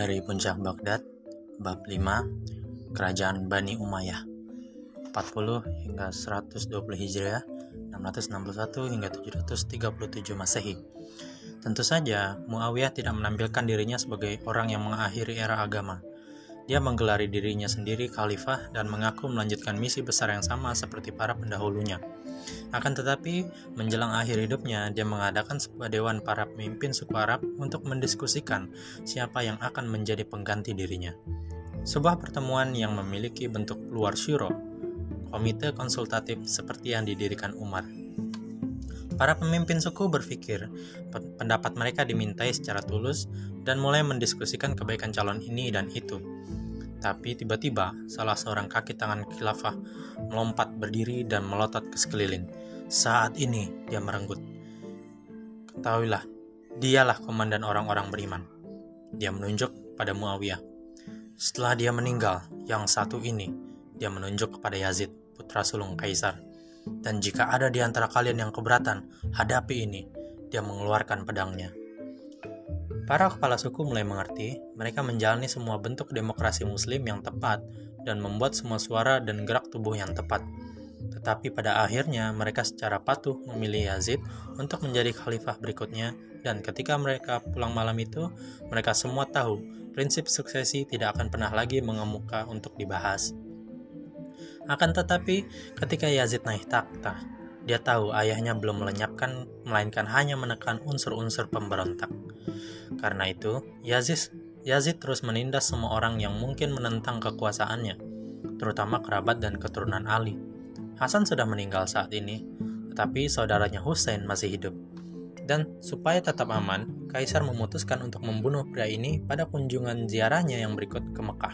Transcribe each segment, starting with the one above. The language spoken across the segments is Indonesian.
Dari Puncak Baghdad, Bab 5, Kerajaan Bani Umayyah, 40 hingga 120 Hijriah, 661 hingga 737 Masehi. Tentu saja, Muawiyah tidak menampilkan dirinya sebagai orang yang mengakhiri era agama. Dia menggelari dirinya sendiri khalifah dan mengaku melanjutkan misi besar yang sama seperti para pendahulunya. Akan tetapi, menjelang akhir hidupnya, dia mengadakan sebuah dewan para pemimpin suku Arab untuk mendiskusikan siapa yang akan menjadi pengganti dirinya. Sebuah pertemuan yang memiliki bentuk luar syuro, komite konsultatif seperti yang didirikan Umar. Para pemimpin suku berpikir pendapat mereka dimintai secara tulus dan mulai mendiskusikan kebaikan calon ini dan itu. Tapi tiba-tiba salah seorang kaki tangan khilafah melompat berdiri dan melotot ke sekeliling. Saat ini dia merenggut, "Ketahuilah, dialah komandan orang-orang beriman." Dia menunjuk pada Muawiyah. Setelah dia meninggal, yang satu ini, dia menunjuk kepada Yazid, putra sulung Kaisar. Dan jika ada di antara kalian yang keberatan, hadapi ini. Dia mengeluarkan pedangnya. Para kepala suku mulai mengerti, mereka menjalani semua bentuk demokrasi muslim yang tepat dan membuat semua suara dan gerak tubuh yang tepat. Tetapi pada akhirnya mereka secara patuh memilih Yazid untuk menjadi khalifah berikutnya, dan ketika mereka pulang malam itu, mereka semua tahu prinsip suksesi tidak akan pernah lagi mengemuka untuk dibahas. Akan tetapi, ketika Yazid naik takhta, dia tahu ayahnya belum melenyapkan, melainkan hanya menekan unsur-unsur pemberontak. Karena itu, Yazid terus menindas semua orang yang mungkin menentang kekuasaannya, terutama kerabat dan keturunan Ali. Hasan sudah meninggal saat ini, tetapi saudaranya Husain masih hidup. Dan supaya tetap aman, Kaisar memutuskan untuk membunuh pria ini pada kunjungan ziarahnya yang berikut ke Mekah.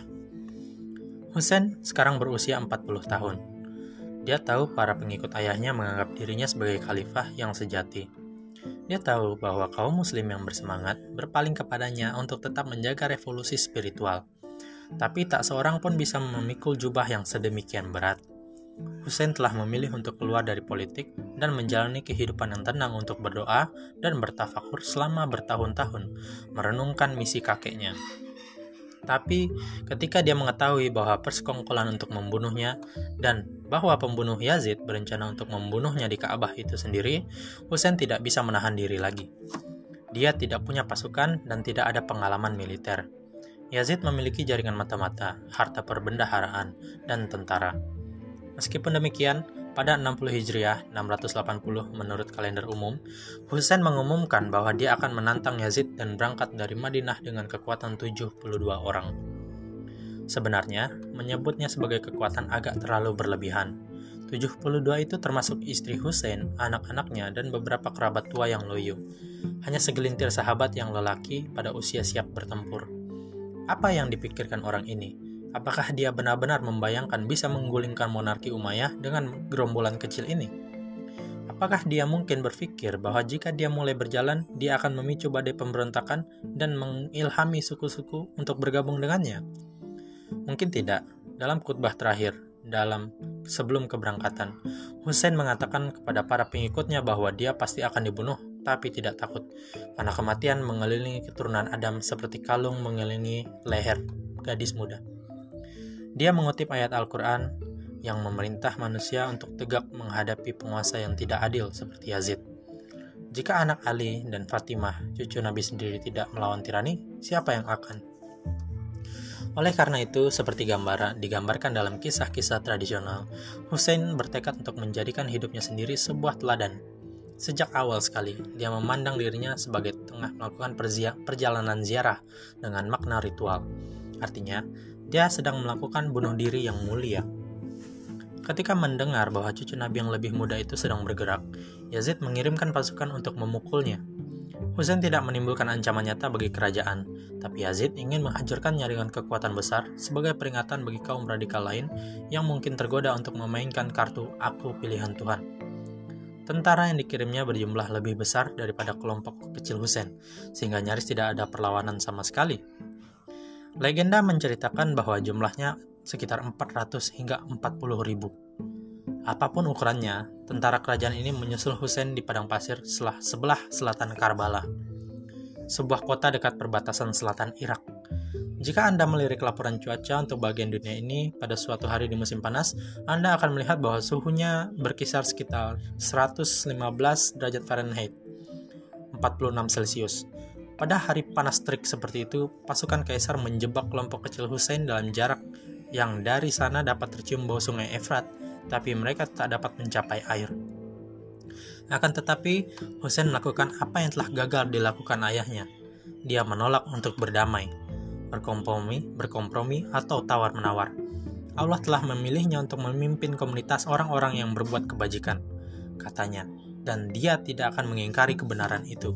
Husain sekarang berusia 40 tahun. Dia tahu para pengikut ayahnya menganggap dirinya sebagai khalifah yang sejati. Dia tahu bahwa kaum muslim yang bersemangat berpaling kepadanya untuk tetap menjaga revolusi spiritual. Tapi tak seorang pun bisa memikul jubah yang sedemikian berat. Husain telah memilih untuk keluar dari politik dan menjalani kehidupan yang tenang untuk berdoa dan bertafakur selama bertahun-tahun, merenungkan misi kakeknya. Tapi ketika dia mengetahui bahwa persekongkolan untuk membunuhnya dan bahwa pembunuh Yazid berencana untuk membunuhnya di Ka'bah itu sendiri, Husain tidak bisa menahan diri lagi. Dia tidak punya pasukan dan tidak ada pengalaman militer. Yazid memiliki jaringan mata-mata, harta perbendaharaan, dan tentara. Meskipun demikian, pada 60 Hijriah 680 menurut kalender umum, Husain mengumumkan bahwa dia akan menantang Yazid dan berangkat dari Madinah dengan kekuatan 72 orang. Sebenarnya, menyebutnya sebagai kekuatan agak terlalu berlebihan. 72 itu termasuk istri Husain, anak-anaknya, dan beberapa kerabat tua yang loyo. Hanya segelintir sahabat yang lelaki pada usia siap bertempur. Apa yang dipikirkan orang ini? Apakah dia benar-benar membayangkan bisa menggulingkan monarki Umayyah dengan gerombolan kecil ini? Apakah dia mungkin berpikir bahwa jika dia mulai berjalan, dia akan memicu badai pemberontakan dan mengilhami suku-suku untuk bergabung dengannya? Mungkin tidak. Dalam khutbah terakhir, sebelum keberangkatan, Husain mengatakan kepada para pengikutnya bahwa dia pasti akan dibunuh, tapi tidak takut, karena kematian mengelilingi keturunan Adam seperti kalung mengelilingi leher gadis muda. Dia mengutip ayat Al-Quran yang memerintah manusia untuk tegak menghadapi penguasa yang tidak adil seperti Yazid. Jika anak Ali dan Fatimah, cucu Nabi sendiri tidak melawan tirani, siapa yang akan? Oleh karena itu, seperti digambarkan dalam kisah-kisah tradisional, Husain bertekad untuk menjadikan hidupnya sendiri sebuah teladan. Sejak awal sekali, dia memandang dirinya sebagai tengah melakukan perjalanan ziarah dengan makna ritual. Artinya, dia sedang melakukan bunuh diri yang mulia. Ketika mendengar bahwa cucu Nabi yang lebih muda itu sedang bergerak, Yazid mengirimkan pasukan untuk memukulnya. Husain tidak menimbulkan ancaman nyata bagi kerajaan, tapi Yazid ingin menghancurkannya dengan kekuatan besar sebagai peringatan bagi kaum radikal lain yang mungkin tergoda untuk memainkan kartu "Aku Pilihan Tuhan". Tentara yang dikirimnya berjumlah lebih besar daripada kelompok kecil Husain, sehingga nyaris tidak ada perlawanan sama sekali. Legenda menceritakan bahwa jumlahnya sekitar 400 hingga 40 ribu. Apapun ukurannya, tentara kerajaan ini menyusul Husain di padang pasir sebelah selatan Karbala, sebuah kota dekat perbatasan selatan Irak. Jika Anda melirik laporan cuaca untuk bagian dunia ini pada suatu hari di musim panas, Anda akan melihat bahwa suhunya berkisar sekitar 115 derajat Fahrenheit, 46 Celcius. Pada hari panas terik seperti itu, pasukan kaisar menjebak kelompok kecil Hussein dalam jarak yang dari sana dapat tercium bau sungai Efrat, tapi mereka tak dapat mencapai air. Akan tetapi, Hussein melakukan apa yang telah gagal dilakukan ayahnya. Dia menolak untuk berdamai, berkompromi atau tawar-menawar. Allah telah memilihnya untuk memimpin komunitas orang-orang yang berbuat kebajikan, katanya, dan dia tidak akan mengingkari kebenaran itu.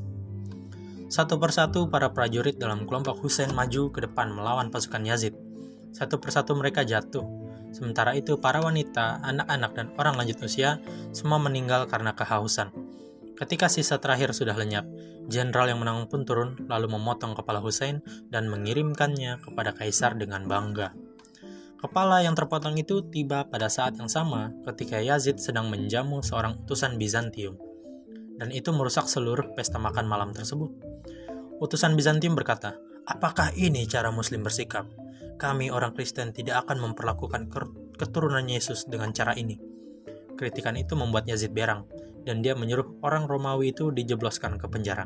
Satu persatu para prajurit dalam kelompok Hussein maju ke depan melawan pasukan Yazid. Satu persatu mereka jatuh. Sementara itu para wanita, anak-anak, dan orang lanjut usia semua meninggal karena kehausan. Ketika sisa terakhir sudah lenyap, jenderal yang menang pun turun lalu memotong kepala Hussein dan mengirimkannya kepada kaisar dengan bangga. Kepala yang terpotong itu tiba pada saat yang sama ketika Yazid sedang menjamu seorang utusan Bizantium, dan itu merusak seluruh pesta makan malam tersebut. Utusan Bizantium berkata, "Apakah ini cara Muslim bersikap? Kami orang Kristen tidak akan memperlakukan keturunan Yesus dengan cara ini." Kritikan itu membuat Yazid berang, dan dia menyuruh orang Romawi itu dijebloskan ke penjara.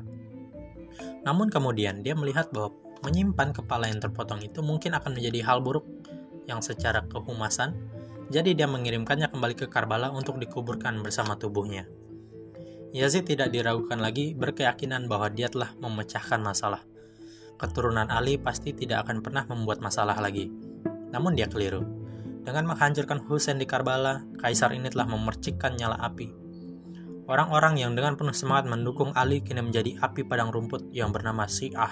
Namun kemudian dia melihat bahwa menyimpan kepala yang terpotong itu mungkin akan menjadi hal buruk yang secara kehumasan, jadi dia mengirimkannya kembali ke Karbala untuk dikuburkan bersama tubuhnya. Yazid tidak diragukan lagi, berkeyakinan bahwa dia telah memecahkan masalah. Keturunan Ali pasti tidak akan pernah membuat masalah lagi. Namun dia keliru. Dengan menghancurkan Hussein di Karbala, kaisar ini telah memercikkan nyala api. Orang-orang yang dengan penuh semangat mendukung Ali kini menjadi api padang rumput yang bernama Syiah.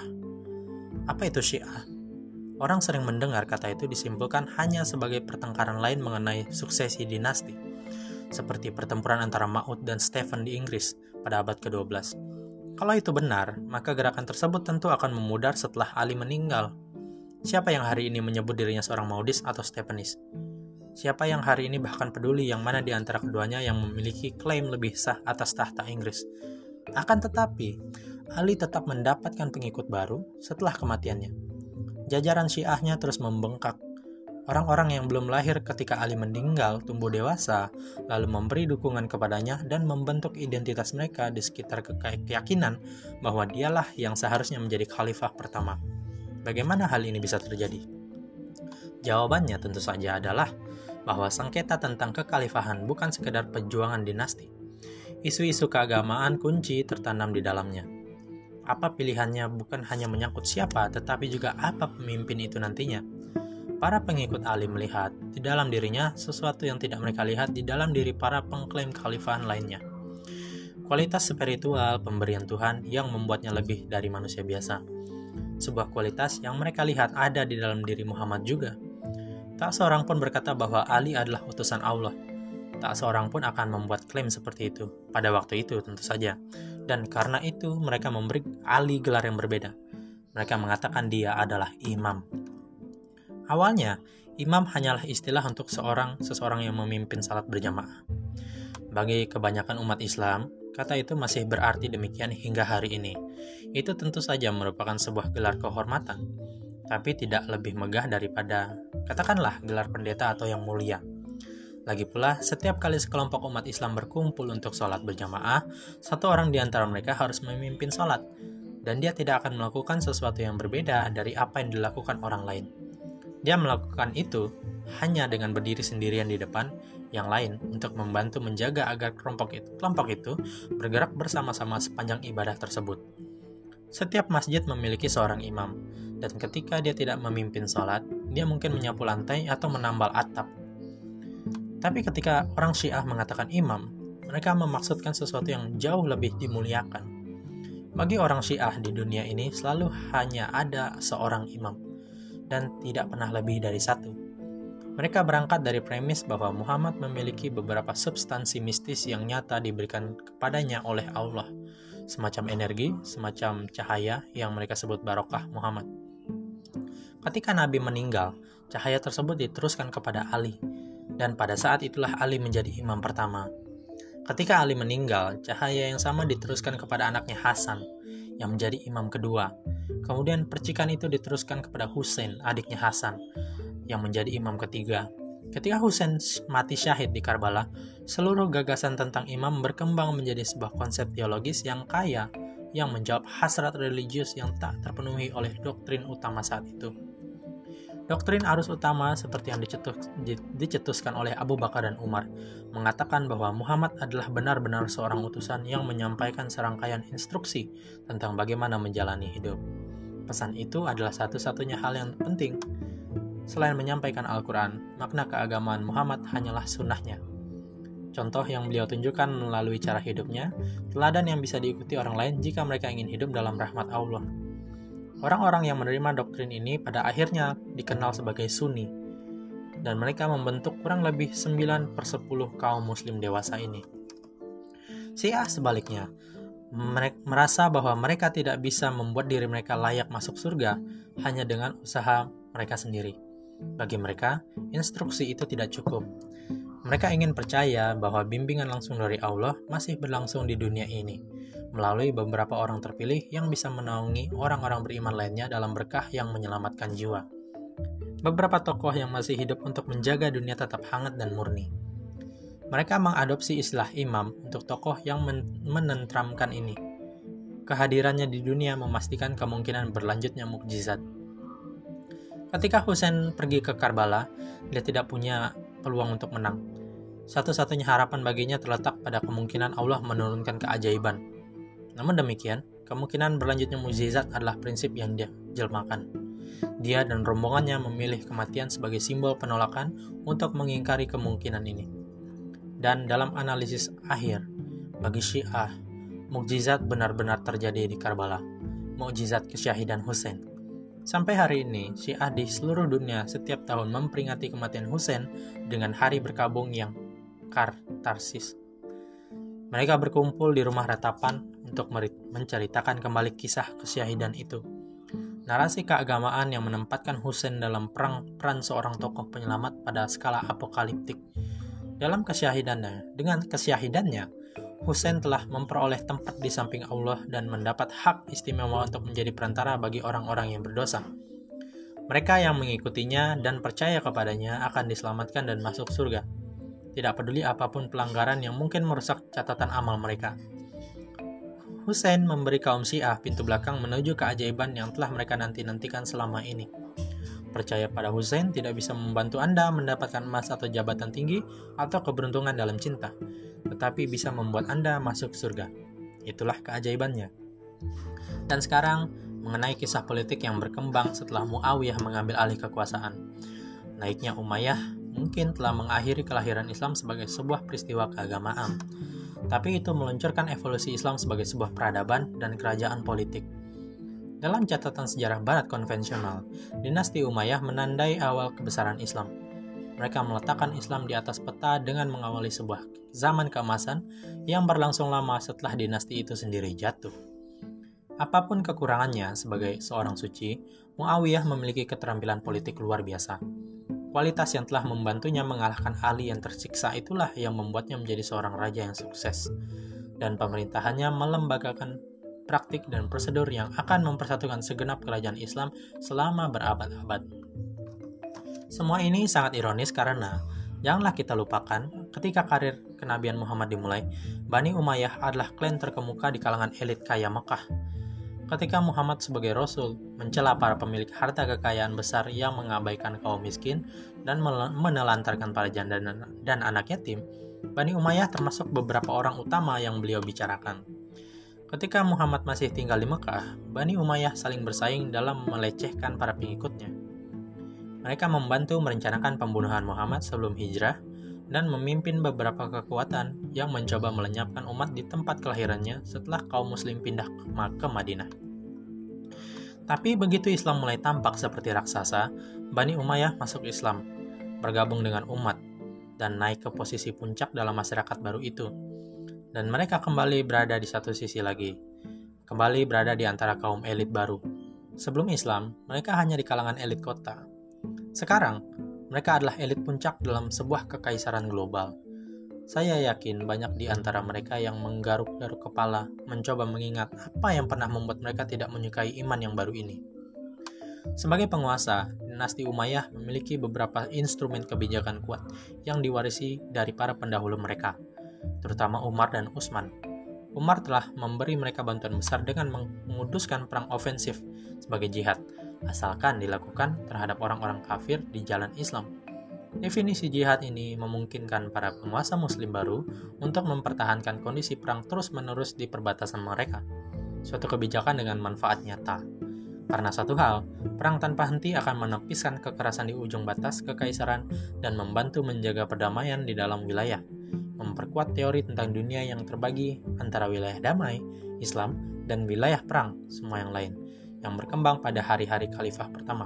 Apa itu Syiah? Orang sering mendengar kata itu disimpulkan hanya sebagai pertengkaran lain mengenai suksesi dinasti, seperti pertempuran antara Ma'ud dan Stephen di Inggris pada abad ke-12. Kalau itu benar, maka gerakan tersebut tentu akan memudar setelah Ali meninggal. Siapa yang hari ini menyebut dirinya seorang Maudis atau Stephenis? Siapa yang hari ini bahkan peduli yang mana di antara keduanya yang memiliki klaim lebih sah atas tahta Inggris? Akan tetapi, Ali tetap mendapatkan pengikut baru setelah kematiannya. Jajaran Syiahnya terus membengkak. Orang-orang yang belum lahir ketika Ali meninggal tumbuh dewasa, lalu memberi dukungan kepadanya dan membentuk identitas mereka di sekitar keyakinan bahwa dialah yang seharusnya menjadi khalifah pertama. Bagaimana hal ini bisa terjadi? Jawabannya tentu saja adalah bahwa sengketa tentang kekhalifahan bukan sekedar perjuangan dinasti. Isu-isu keagamaan kunci tertanam di dalamnya. Apa pilihannya bukan hanya menyangkut siapa, tetapi juga apa pemimpin itu nantinya. Para pengikut Ali melihat di dalam dirinya sesuatu yang tidak mereka lihat di dalam diri para pengklaim kekhalifahan lainnya. Kualitas spiritual pemberian Tuhan yang membuatnya lebih dari manusia biasa. Sebuah kualitas yang mereka lihat ada di dalam diri Muhammad juga. Tak seorang pun berkata bahwa Ali adalah utusan Allah. Tak seorang pun akan membuat klaim seperti itu pada waktu itu tentu saja. Dan karena itu mereka memberi Ali gelar yang berbeda. Mereka mengatakan dia adalah imam. Awalnya, imam hanyalah istilah untuk seseorang yang memimpin salat berjamaah. Bagi kebanyakan umat Islam, kata itu masih berarti demikian hingga hari ini. Itu tentu saja merupakan sebuah gelar kehormatan, tapi tidak lebih megah daripada, katakanlah, gelar pendeta atau yang mulia. Lagi pula, setiap kali sekelompok umat Islam berkumpul untuk sholat berjamaah, satu orang di antara mereka harus memimpin sholat, dan dia tidak akan melakukan sesuatu yang berbeda dari apa yang dilakukan orang lain. Dia melakukan itu hanya dengan berdiri sendirian di depan yang lain untuk membantu menjaga agar kelompok itu bergerak bersama-sama sepanjang ibadah tersebut. Setiap masjid memiliki seorang imam, dan ketika dia tidak memimpin sholat, dia mungkin menyapu lantai atau menambal atap. Tapi ketika orang Syiah mengatakan imam, mereka memaksudkan sesuatu yang jauh lebih dimuliakan. Bagi orang Syiah di dunia ini selalu hanya ada seorang imam, dan tidak pernah lebih dari satu. Mereka berangkat dari premis bahwa Muhammad memiliki beberapa substansi mistis yang nyata diberikan kepadanya oleh Allah, semacam energi, semacam cahaya yang mereka sebut barokah Muhammad. Ketika Nabi meninggal, cahaya tersebut diteruskan kepada Ali, dan pada saat itulah Ali menjadi imam pertama. Ketika Ali meninggal, cahaya yang sama diteruskan kepada anaknya Hasan, yang menjadi imam kedua. Kemudian percikan itu diteruskan kepada Husain, adiknya Hasan, yang menjadi imam ketiga. Ketika Husain mati syahid di Karbala, seluruh gagasan tentang imam berkembang menjadi sebuah konsep teologis yang kaya, yang menjawab hasrat religius yang tak terpenuhi oleh doktrin utama saat itu. Doktrin arus utama seperti yang dicetuskan oleh Abu Bakar dan Umar mengatakan bahwa Muhammad adalah benar-benar seorang utusan yang menyampaikan serangkaian instruksi tentang bagaimana menjalani hidup. Pesan itu adalah satu-satunya hal yang penting. Selain menyampaikan Al-Quran, makna keagamaan Muhammad hanyalah sunnahnya. Contoh yang beliau tunjukkan melalui cara hidupnya, teladan yang bisa diikuti orang lain jika mereka ingin hidup dalam rahmat Allah. Orang-orang yang menerima doktrin ini pada akhirnya dikenal sebagai Sunni, dan mereka membentuk kurang lebih 9/10 kaum muslim dewasa ini. Syiah sebaliknya, merasa bahwa mereka tidak bisa membuat diri mereka layak masuk surga hanya dengan usaha mereka sendiri. Bagi mereka, instruksi itu tidak cukup. Mereka ingin percaya bahwa bimbingan langsung dari Allah masih berlangsung di dunia ini, melalui beberapa orang terpilih yang bisa menaungi orang-orang beriman lainnya dalam berkah yang menyelamatkan jiwa. Beberapa tokoh yang masih hidup untuk menjaga dunia tetap hangat dan murni. Mereka mengadopsi istilah imam untuk tokoh yang menentramkan ini. Kehadirannya di dunia memastikan kemungkinan berlanjutnya mukjizat. Ketika Husain pergi ke Karbala, dia tidak punya peluang untuk menang. Satu-satunya harapan baginya terletak pada kemungkinan Allah menurunkan keajaiban. Namun demikian, kemungkinan berlanjutnya mukjizat adalah prinsip yang dia jelmakan. Dia dan rombongannya memilih kematian sebagai simbol penolakan untuk mengingkari kemungkinan ini. Dan dalam analisis akhir, bagi Syiah, mukjizat benar-benar terjadi di Karbala, mukjizat kesyahidan Husain. Sampai hari ini, Syiah di seluruh dunia setiap tahun memperingati kematian Husain dengan hari berkabung yang Kartarsis. Mereka berkumpul di rumah ratapan untuk menceritakan kembali kisah kesyahidan itu. Narasi keagamaan yang menempatkan Husain dalam peran seorang tokoh penyelamat pada skala apokaliptik. Dengan kesyahidannya, Husain telah memperoleh tempat di samping Allah dan mendapat hak istimewa untuk menjadi perantara bagi orang-orang yang berdosa. Mereka yang mengikutinya dan percaya kepadanya akan diselamatkan dan masuk surga, tidak peduli apapun pelanggaran yang mungkin merusak catatan amal mereka. Husain memberi kaum Syiah pintu belakang menuju keajaiban yang telah mereka nanti-nantikan selama ini. Percaya pada Husain tidak bisa membantu Anda mendapatkan emas atau jabatan tinggi atau keberuntungan dalam cinta, tetapi bisa membuat Anda masuk surga. Itulah keajaibannya. Dan sekarang, mengenai kisah politik yang berkembang setelah Muawiyah mengambil alih kekuasaan. Naiknya Umayyah mungkin telah mengakhiri kelahiran Islam sebagai sebuah peristiwa keagamaan, tapi itu meluncurkan evolusi Islam sebagai sebuah peradaban dan kerajaan politik. Dalam catatan sejarah Barat konvensional, dinasti Umayyah menandai awal kebesaran Islam. Mereka meletakkan Islam di atas peta dengan mengawali sebuah zaman keemasan yang berlangsung lama setelah dinasti itu sendiri jatuh. Apapun kekurangannya sebagai seorang suci, Muawiyah memiliki keterampilan politik luar biasa. Kualitas yang telah membantunya mengalahkan Ali yang tersiksa itulah yang membuatnya menjadi seorang raja yang sukses. Dan pemerintahannya melembagakan praktik dan prosedur yang akan mempersatukan segenap kerajaan Islam selama berabad-abad. Semua ini sangat ironis karena janganlah kita lupakan ketika karir kenabian Muhammad dimulai, Bani Umayyah adalah klan terkemuka di kalangan elit kaya Mekah. Ketika Muhammad sebagai Rasul mencela para pemilik harta kekayaan besar yang mengabaikan kaum miskin dan menelantarkan para janda dan anak yatim, Bani Umayyah termasuk beberapa orang utama yang beliau bicarakan. Ketika Muhammad masih tinggal di Mekah, Bani Umayyah saling bersaing dalam melecehkan para pengikutnya. Mereka membantu merencanakan pembunuhan Muhammad sebelum hijrah dan memimpin beberapa kekuatan yang mencoba melenyapkan umat di tempat kelahirannya setelah kaum muslim pindah ke Madinah. Tapi begitu Islam mulai tampak seperti raksasa, Bani Umayyah masuk Islam, bergabung dengan umat, dan naik ke posisi puncak dalam masyarakat baru itu. Dan mereka kembali berada di satu sisi lagi, kembali berada di antara kaum elit baru. Sebelum Islam, mereka hanya di kalangan elit kota. Sekarang, mereka adalah elit puncak dalam sebuah kekaisaran global. Saya yakin banyak di antara mereka yang menggaruk-garuk kepala, mencoba mengingat apa yang pernah membuat mereka tidak menyukai iman yang baru ini. Sebagai penguasa, dinasti Umayyah memiliki beberapa instrumen kebijakan kuat yang diwarisi dari para pendahulu mereka, terutama Umar dan Utsman. Umar telah memberi mereka bantuan besar dengan menguduskan perang ofensif sebagai jihad, asalkan dilakukan terhadap orang-orang kafir di jalan Islam. Definisi jihad ini memungkinkan para penguasa muslim baru untuk mempertahankan kondisi perang terus-menerus di perbatasan mereka, suatu kebijakan dengan manfaat nyata. Karena satu hal, perang tanpa henti akan menepiskan kekerasan di ujung batas kekaisaran dan membantu menjaga perdamaian di dalam wilayah, memperkuat teori tentang dunia yang terbagi antara wilayah damai, Islam, dan wilayah perang, semua yang lain, yang berkembang pada hari-hari khalifah pertama.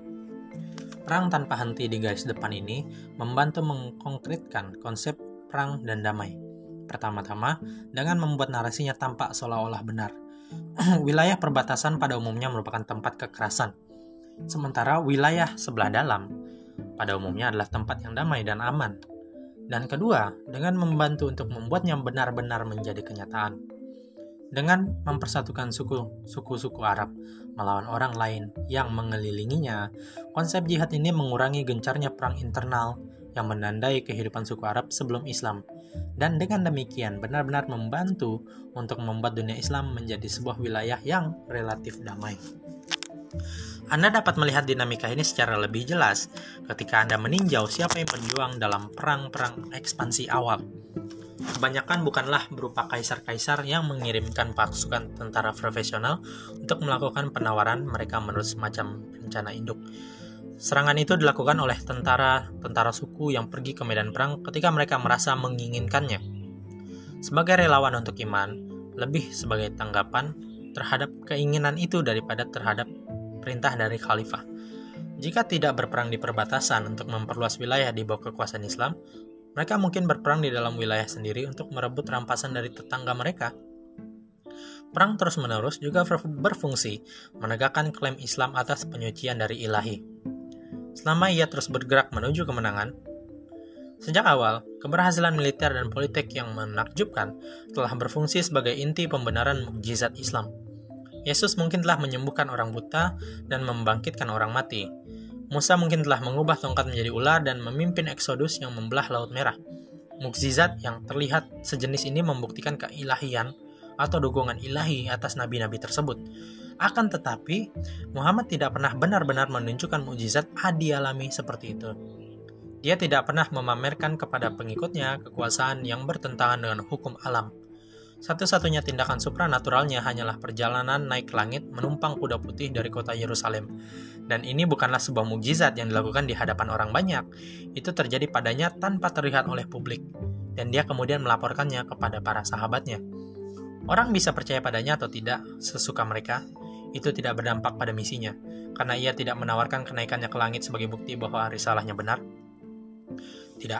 Perang tanpa henti di garis depan ini membantu mengkonkretkan konsep perang dan damai. Pertama-tama, dengan membuat narasinya tampak seolah-olah benar. Wilayah perbatasan pada umumnya merupakan tempat kekerasan, sementara wilayah sebelah dalam pada umumnya adalah tempat yang damai dan aman. Dan kedua, dengan membantu untuk membuatnya benar-benar menjadi kenyataan. Dengan mempersatukan suku-suku Arab melawan orang lain yang mengelilinginya, konsep jihad ini mengurangi gencarnya perang internal yang menandai kehidupan suku Arab sebelum Islam. Dan dengan demikian benar-benar membantu untuk membuat dunia Islam menjadi sebuah wilayah yang relatif damai. Anda dapat melihat dinamika ini secara lebih jelas ketika Anda meninjau siapa yang berjuang dalam perang-perang ekspansi awal. Kebanyakan bukanlah berupa kaisar-kaisar yang mengirimkan pasukan tentara profesional untuk melakukan penawaran mereka menurut semacam rencana induk. Serangan itu dilakukan oleh tentara suku yang pergi ke medan perang ketika mereka merasa menginginkannya. Sebagai relawan untuk iman, lebih sebagai tanggapan terhadap keinginan itu daripada terhadap perintah dari khalifah. Jika tidak berperang di perbatasan untuk memperluas wilayah di bawah kekuasaan Islam, mereka mungkin berperang di dalam wilayah sendiri untuk merebut rampasan dari tetangga mereka. Perang terus-menerus juga berfungsi menegakkan klaim Islam atas penyucian dari ilahi. Selama ia terus bergerak menuju kemenangan, sejak awal, keberhasilan militer dan politik yang menakjubkan telah berfungsi sebagai inti pembenaran mukjizat Islam. Yesus mungkin telah menyembuhkan orang buta dan membangkitkan orang mati. Musa mungkin telah mengubah tongkat menjadi ular dan memimpin Eksodus yang membelah Laut Merah. Mukjizat yang terlihat sejenis ini membuktikan keilahian atau dukungan ilahi atas nabi-nabi tersebut. Akan tetapi, Muhammad tidak pernah benar-benar menunjukkan mukjizat adi alami seperti itu. Dia tidak pernah memamerkan kepada pengikutnya kekuasaan yang bertentangan dengan hukum alam. Satu-satunya tindakan supranaturalnya hanyalah perjalanan naik ke langit menumpang kuda putih dari kota Yerusalem. Dan ini bukanlah sebuah mukjizat yang dilakukan di hadapan orang banyak. Itu terjadi padanya tanpa terlihat oleh publik. Dan dia kemudian melaporkannya kepada para sahabatnya. Orang bisa percaya padanya atau tidak, sesuka mereka. Itu tidak berdampak pada misinya, karena ia tidak menawarkan kenaikannya ke langit sebagai bukti bahwa risalahnya benar. Tidak.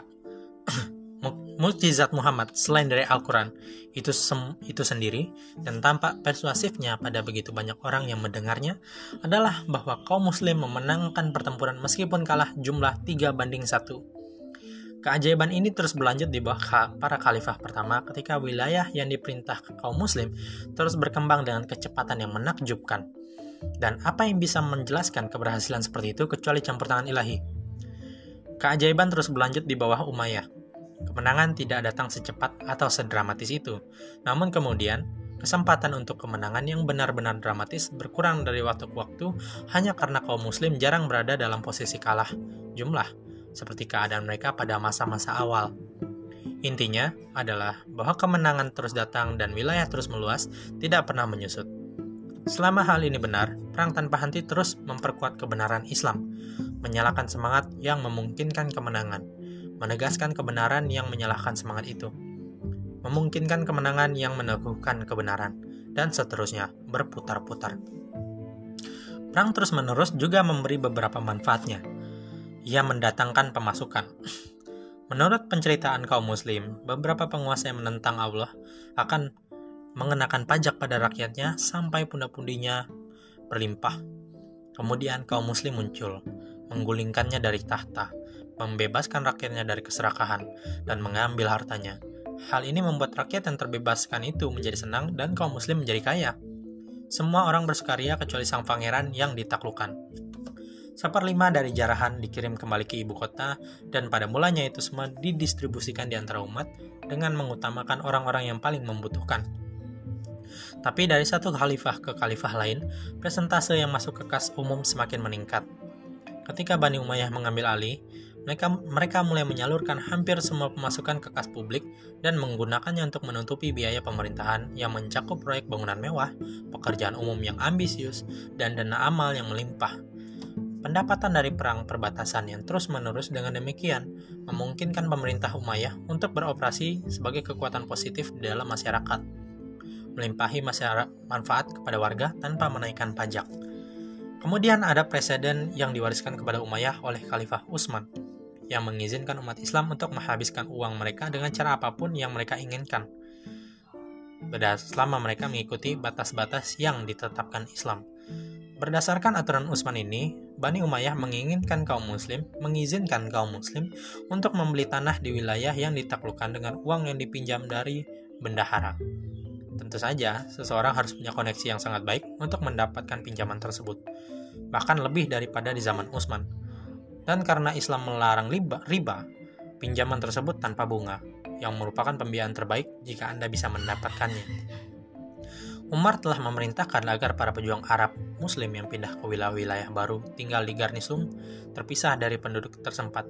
Mukjizat Muhammad selain dari Al-Quran itu sendiri dan tampak persuasifnya pada begitu banyak orang yang mendengarnya adalah bahwa kaum muslim memenangkan pertempuran meskipun kalah jumlah 3-1. Keajaiban ini terus berlanjut di bawah para khalifah pertama ketika wilayah yang diperintah kaum muslim terus berkembang dengan kecepatan yang menakjubkan. Dan apa yang bisa menjelaskan keberhasilan seperti itu kecuali campur tangan ilahi? Keajaiban terus berlanjut di bawah Umayyah. Kemenangan tidak datang secepat atau sedramatis itu. Namun kemudian, kesempatan untuk kemenangan yang benar-benar dramatis berkurang dari waktu ke waktu hanya karena kaum muslim jarang berada dalam posisi kalah jumlah, seperti keadaan mereka pada masa-masa awal. Intinya adalah bahwa kemenangan terus datang dan wilayah terus meluas, tidak pernah menyusut. Selama hal ini benar, perang tanpa henti terus memperkuat kebenaran Islam, menyalakan semangat yang memungkinkan kemenangan, menegaskan kebenaran yang menyalahkan semangat itu, memungkinkan kemenangan yang meneguhkan kebenaran, dan seterusnya berputar-putar. Perang terus-menerus juga memberi beberapa manfaatnya. Ia mendatangkan pemasukan. Menurut penceritaan kaum muslim, beberapa penguasa yang menentang Allah akan mengenakan pajak pada rakyatnya sampai pundi-pundinya berlimpah. Kemudian kaum muslim muncul, menggulingkannya dari tahta, membebaskan rakyatnya dari keserakahan, dan mengambil hartanya. Hal ini membuat rakyat yang terbebaskan itu menjadi senang dan kaum muslim menjadi kaya. Semua orang bersukaria kecuali sang pangeran yang ditaklukkan. 1/5 dari jarahan dikirim kembali ke ibu kota, dan pada mulanya itu semua didistribusikan di antara umat dengan mengutamakan orang-orang yang paling membutuhkan. Tapi dari satu khalifah ke khalifah lain, persentase yang masuk ke kas umum semakin meningkat. Ketika Bani Umayyah mengambil alih, mereka mulai menyalurkan hampir semua pemasukan ke kas publik dan menggunakannya untuk menutupi biaya pemerintahan yang mencakup proyek bangunan mewah, pekerjaan umum yang ambisius, dan dana amal yang melimpah. Pendapatan dari perang perbatasan yang terus-menerus dengan demikian memungkinkan pemerintah Umayyah untuk beroperasi sebagai kekuatan positif di dalam masyarakat, melimpahi manfaat kepada warga tanpa menaikkan pajak. Kemudian ada presiden yang diwariskan kepada Umayyah oleh Khalifah Utsman, yang mengizinkan umat Islam untuk menghabiskan uang mereka dengan cara apapun yang mereka inginkan, selama mereka mengikuti batas-batas yang ditetapkan Islam. Berdasarkan aturan Utsman ini, Bani Umayyah mengizinkan kaum muslim untuk membeli tanah di wilayah yang ditaklukkan dengan uang yang dipinjam dari bendahara. Tentu saja, seseorang harus punya koneksi yang sangat baik untuk mendapatkan pinjaman tersebut, bahkan lebih daripada di zaman Utsman. Dan karena Islam melarang riba, pinjaman tersebut tanpa bunga, yang merupakan pembiayaan terbaik jika Anda bisa mendapatkannya. Umar telah memerintahkan agar para pejuang Arab Muslim yang pindah ke wilayah-wilayah baru tinggal di garnisun terpisah dari penduduk tersempat.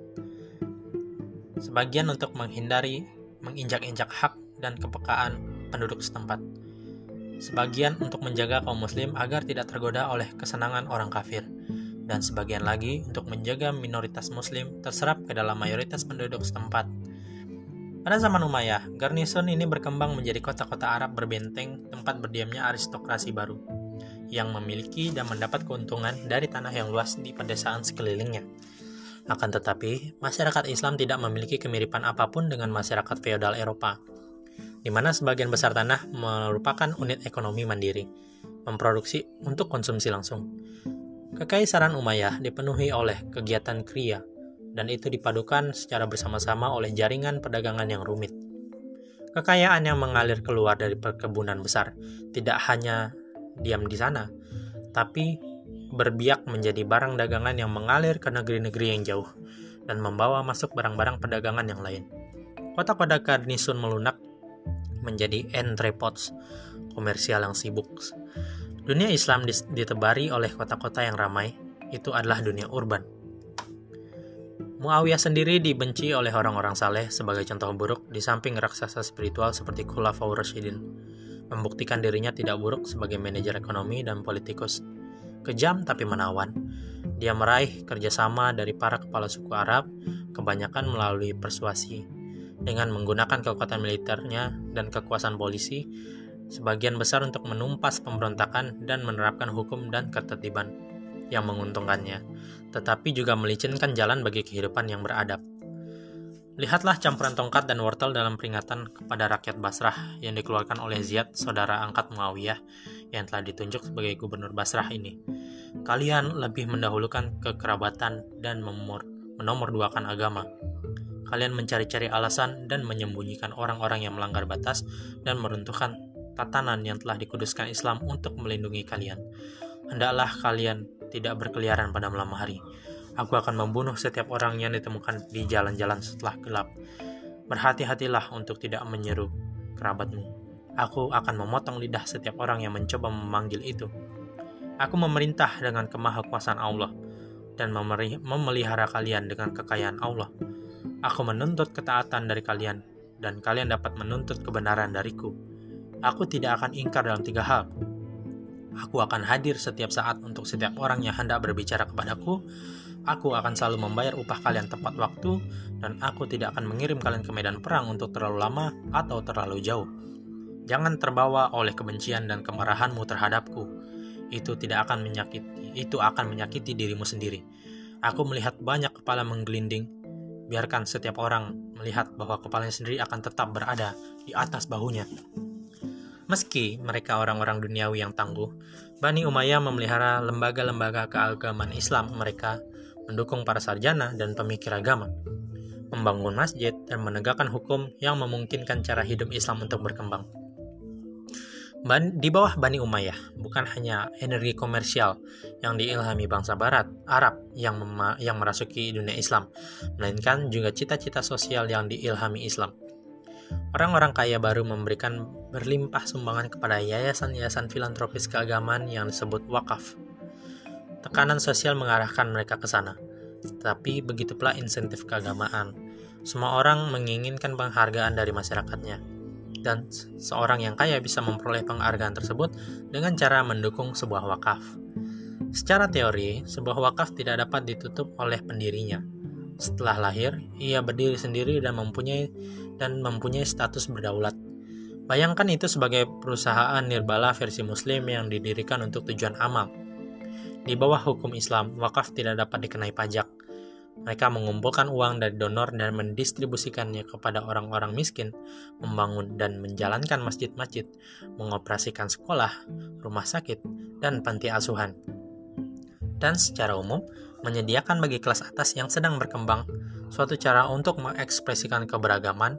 Sebagian untuk menghindari menginjak-injak hak dan kepekaan penduduk setempat. Sebagian untuk menjaga kaum muslim agar tidak tergoda oleh kesenangan orang kafir. Dan sebagian lagi untuk menjaga minoritas muslim terserap ke dalam mayoritas penduduk setempat. Pada zaman Umayyah, garnison ini berkembang menjadi kota-kota Arab berbenteng tempat berdiamnya aristokrasi baru, yang memiliki dan mendapat keuntungan dari tanah yang luas di pedesaan sekelilingnya. Akan tetapi, masyarakat Islam tidak memiliki kemiripan apapun dengan masyarakat feodal Eropa, di mana sebagian besar tanah merupakan unit ekonomi mandiri, memproduksi untuk konsumsi langsung. Kekaisaran Umayyah dipenuhi oleh kegiatan kriya, dan itu dipadukan secara bersama-sama oleh jaringan perdagangan yang rumit. Kekayaan yang mengalir keluar dari perkebunan besar tidak hanya diam di sana, tapi berbiak menjadi barang dagangan yang mengalir ke negeri-negeri yang jauh dan membawa masuk barang-barang perdagangan yang lain. Kota-kota garnison melunak menjadi entrepots komersial yang sibuk. Dunia Islam ditebari oleh kota-kota yang ramai, itu adalah dunia urban. Muawiyah sendiri dibenci oleh orang-orang saleh sebagai contoh buruk di samping raksasa spiritual seperti Khulafaur Rasyidin, membuktikan dirinya tidak buruk sebagai manajer ekonomi dan politikus. Kejam tapi menawan, dia meraih kerjasama dari para kepala suku Arab, kebanyakan melalui persuasi, dengan menggunakan kekuatan militernya dan kekuasaan polisi, sebagian besar untuk menumpas pemberontakan dan menerapkan hukum dan ketertiban yang menguntungkannya, tetapi juga melicinkan jalan bagi kehidupan yang beradab. Lihatlah campuran tongkat dan wortel dalam peringatan kepada rakyat Basrah yang dikeluarkan oleh Ziyad, saudara angkat Muawiyah, yang telah ditunjuk sebagai gubernur Basrah ini. Kalian lebih mendahulukan kekerabatan dan menomorduakan agama. Kalian mencari-cari alasan dan menyembunyikan orang-orang yang melanggar batas dan meruntuhkan tatanan yang telah dikuduskan Islam untuk melindungi kalian. Hendaklah kalian tidak berkeliaran pada malam hari. Aku akan membunuh setiap orang yang ditemukan di jalan-jalan setelah gelap. Berhati-hatilah untuk tidak menyeru kerabatmu. Aku akan memotong lidah setiap orang yang mencoba memanggil itu. Aku memerintah dengan kemahakuasaan Allah dan memelihara kalian dengan kekayaan Allah. Aku menuntut ketaatan dari kalian dan kalian dapat menuntut kebenaran dariku. Aku tidak akan ingkar dalam 3 hal. Aku akan hadir setiap saat untuk setiap orang yang hendak berbicara kepadaku. Aku akan selalu membayar upah kalian tepat waktu, dan aku tidak akan mengirim kalian ke medan perang untuk terlalu lama atau terlalu jauh. Jangan terbawa oleh kebencian dan kemarahanmu terhadapku. Itu akan menyakiti dirimu sendiri. Aku melihat banyak kepala menggelinding. Biarkan setiap orang melihat bahwa kepalanya sendiri akan tetap berada di atas bahunya. Meski mereka orang-orang duniawi yang tangguh, Bani Umayyah memelihara lembaga-lembaga keagamaan Islam mereka mendukung para sarjana dan pemikir agama, membangun masjid, dan menegakkan hukum yang memungkinkan cara hidup Islam untuk berkembang. Di bawah Bani Umayyah, bukan hanya energi komersial yang diilhami bangsa Barat, Arab yang merasuki dunia Islam, melainkan juga cita-cita sosial yang diilhami Islam. Orang-orang kaya baru memberikan berlimpah sumbangan kepada yayasan-yayasan filantropis keagamaan yang disebut wakaf. Tekanan sosial mengarahkan mereka ke sana. Tetapi begitu pula insentif keagamaan. Semua orang menginginkan penghargaan dari masyarakatnya. Dan seorang yang kaya bisa memperoleh penghargaan tersebut dengan cara mendukung sebuah wakaf. Secara teori, sebuah wakaf tidak dapat ditutup oleh pendirinya. Setelah lahir, ia berdiri sendiri dan mempunyai status berdaulat. Bayangkan itu sebagai perusahaan nirbala versi Muslim yang didirikan untuk tujuan amal. Di bawah hukum Islam, wakaf tidak dapat dikenai pajak. Mereka mengumpulkan uang dari donor dan mendistribusikannya kepada orang-orang miskin, membangun dan menjalankan masjid-masjid, mengoperasikan sekolah, rumah sakit, dan panti asuhan. Dan secara umum, menyediakan bagi kelas atas yang sedang berkembang suatu cara untuk mengekspresikan keberagaman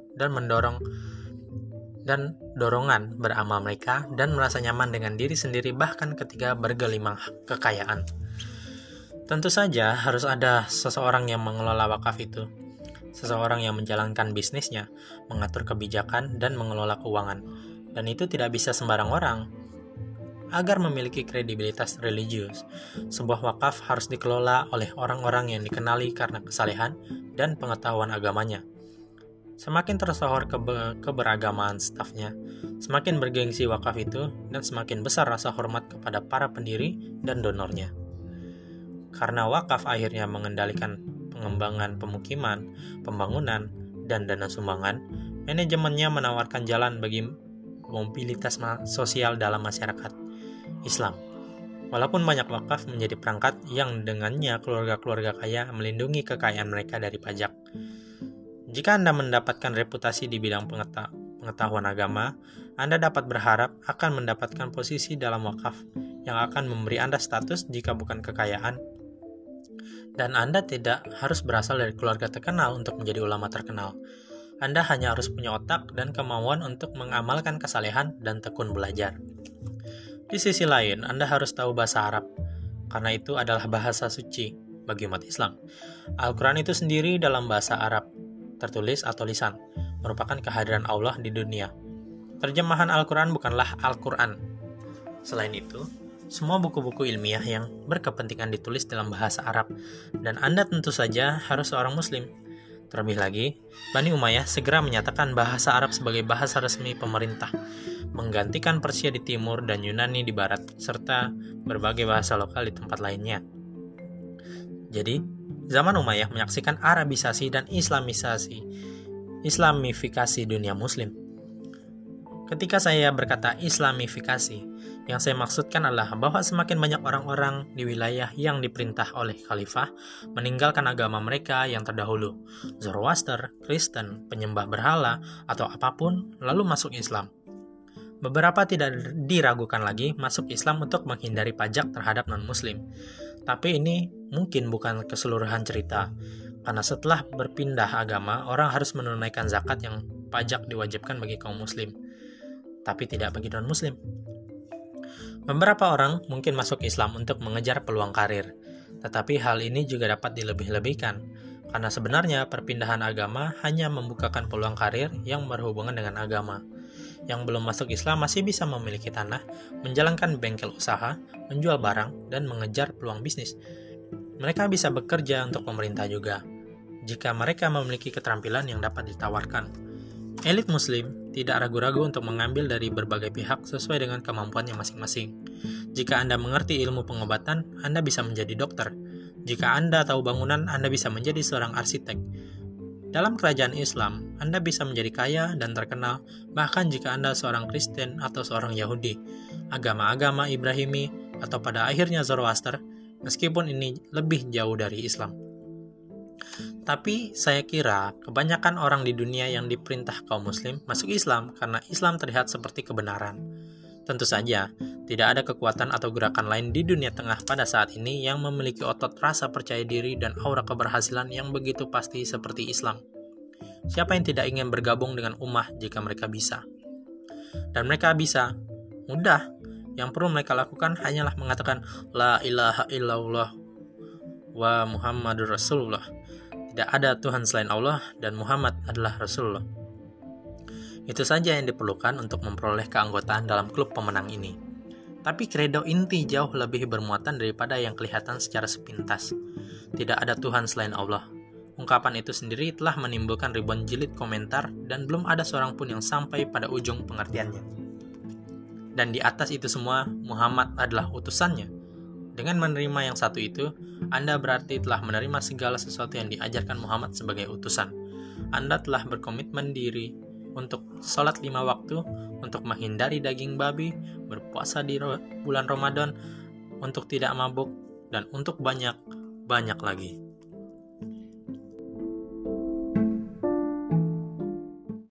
dan dorongan beramal mereka dan merasa nyaman dengan diri sendiri bahkan ketika bergelimang kekayaan. Tentu saja harus ada seseorang yang mengelola wakaf itu, seseorang yang menjalankan bisnisnya, mengatur kebijakan, dan mengelola keuangan. Dan itu tidak bisa sembarang orang. Agar memiliki kredibilitas religius, sebuah wakaf harus dikelola oleh orang-orang yang dikenali karena kesalehan dan pengetahuan agamanya. Semakin tersohor keberagamaan stafnya, semakin bergengsi wakaf itu, dan semakin besar rasa hormat kepada para pendiri dan donornya. Karena wakaf akhirnya mengendalikan pengembangan pemukiman, pembangunan, dan dana sumbangan, manajemennya menawarkan jalan bagi mobilitas sosial dalam masyarakat Islam. Walaupun banyak wakaf menjadi perangkat yang dengannya keluarga-keluarga kaya melindungi kekayaan mereka dari pajak. Jika Anda mendapatkan reputasi di bidang pengetahuan agama, Anda dapat berharap akan mendapatkan posisi dalam wakaf yang akan memberi Anda status jika bukan kekayaan. Dan Anda tidak harus berasal dari keluarga terkenal untuk menjadi ulama terkenal. Anda hanya harus punya otak dan kemauan untuk mengamalkan kesalehan dan tekun belajar. Di sisi lain, Anda harus tahu bahasa Arab, karena itu adalah bahasa suci bagi umat Islam. Al-Quran itu sendiri dalam bahasa Arab, tertulis atau lisan, merupakan kehadiran Allah di dunia. Terjemahan Al-Quran bukanlah Al-Quran. Selain itu, semua buku-buku ilmiah yang berkepentingan ditulis dalam bahasa Arab, dan Anda tentu saja harus seorang Muslim. Terlebih lagi, Bani Umayyah segera menyatakan bahasa Arab sebagai bahasa resmi pemerintah, menggantikan Persia di timur dan Yunani di barat, serta berbagai bahasa lokal di tempat lainnya. Jadi, zaman Umayyah menyaksikan Arabisasi dan Islamifikasi dunia Muslim. Ketika saya berkata Islamifikasi, yang saya maksudkan adalah bahwa semakin banyak orang-orang di wilayah yang diperintah oleh khalifah meninggalkan agama mereka yang terdahulu, Zoroaster, Kristen, penyembah berhala, atau apapun, lalu masuk Islam. Beberapa tidak diragukan lagi masuk Islam untuk menghindari pajak terhadap non-Muslim. Tapi ini mungkin bukan keseluruhan cerita, karena setelah berpindah agama, orang harus menunaikan zakat yang pajak diwajibkan bagi kaum Muslim, tapi tidak bagi non-Muslim. Beberapa orang mungkin masuk Islam untuk mengejar peluang karir, tetapi hal ini juga dapat dilebih-lebihkan, karena sebenarnya perpindahan agama hanya membukakan peluang karir yang berhubungan dengan agama. Yang belum masuk Islam masih bisa memiliki tanah, menjalankan bengkel usaha, menjual barang, dan mengejar peluang bisnis. Mereka bisa bekerja untuk pemerintah juga, jika mereka memiliki keterampilan yang dapat ditawarkan. Elit Muslim tidak ragu-ragu untuk mengambil dari berbagai pihak sesuai dengan kemampuannya masing-masing. Jika Anda mengerti ilmu pengobatan, Anda bisa menjadi dokter. Jika Anda tahu bangunan, Anda bisa menjadi seorang arsitek. Dalam kerajaan Islam, Anda bisa menjadi kaya dan terkenal, bahkan jika Anda seorang Kristen atau seorang Yahudi, agama-agama Ibrahimi, atau pada akhirnya Zoroaster, meskipun ini lebih jauh dari Islam. Tapi saya kira kebanyakan orang di dunia yang diperintah kaum Muslim masuk Islam karena Islam terlihat seperti kebenaran. Tentu saja, tidak ada kekuatan atau gerakan lain di dunia tengah pada saat ini yang memiliki otot rasa percaya diri dan aura keberhasilan yang begitu pasti seperti Islam. Siapa yang tidak ingin bergabung dengan ummah jika mereka bisa? Dan mereka bisa. Mudah. Yang perlu mereka lakukan hanyalah mengatakan La ilaha illallah wa Muhammadur Rasulullah. Tidak ada Tuhan selain Allah dan Muhammad adalah Rasulullah. Itu saja yang diperlukan untuk memperoleh keanggotaan dalam klub pemenang ini. Tapi kredo inti jauh lebih bermuatan daripada yang kelihatan secara sepintas. Tidak ada Tuhan selain Allah. Ungkapan itu sendiri telah menimbulkan ribuan jilid komentar dan belum ada seorang pun yang sampai pada ujung pengertiannya. Dan di atas itu semua, Muhammad adalah utusannya. Dengan menerima yang satu itu, Anda berarti telah menerima segala sesuatu yang diajarkan Muhammad sebagai utusan. Anda telah berkomitmen diri untuk sholat 5 waktu, untuk menghindari daging babi, berpuasa di bulan Ramadan, untuk tidak mabuk, dan untuk banyak lagi.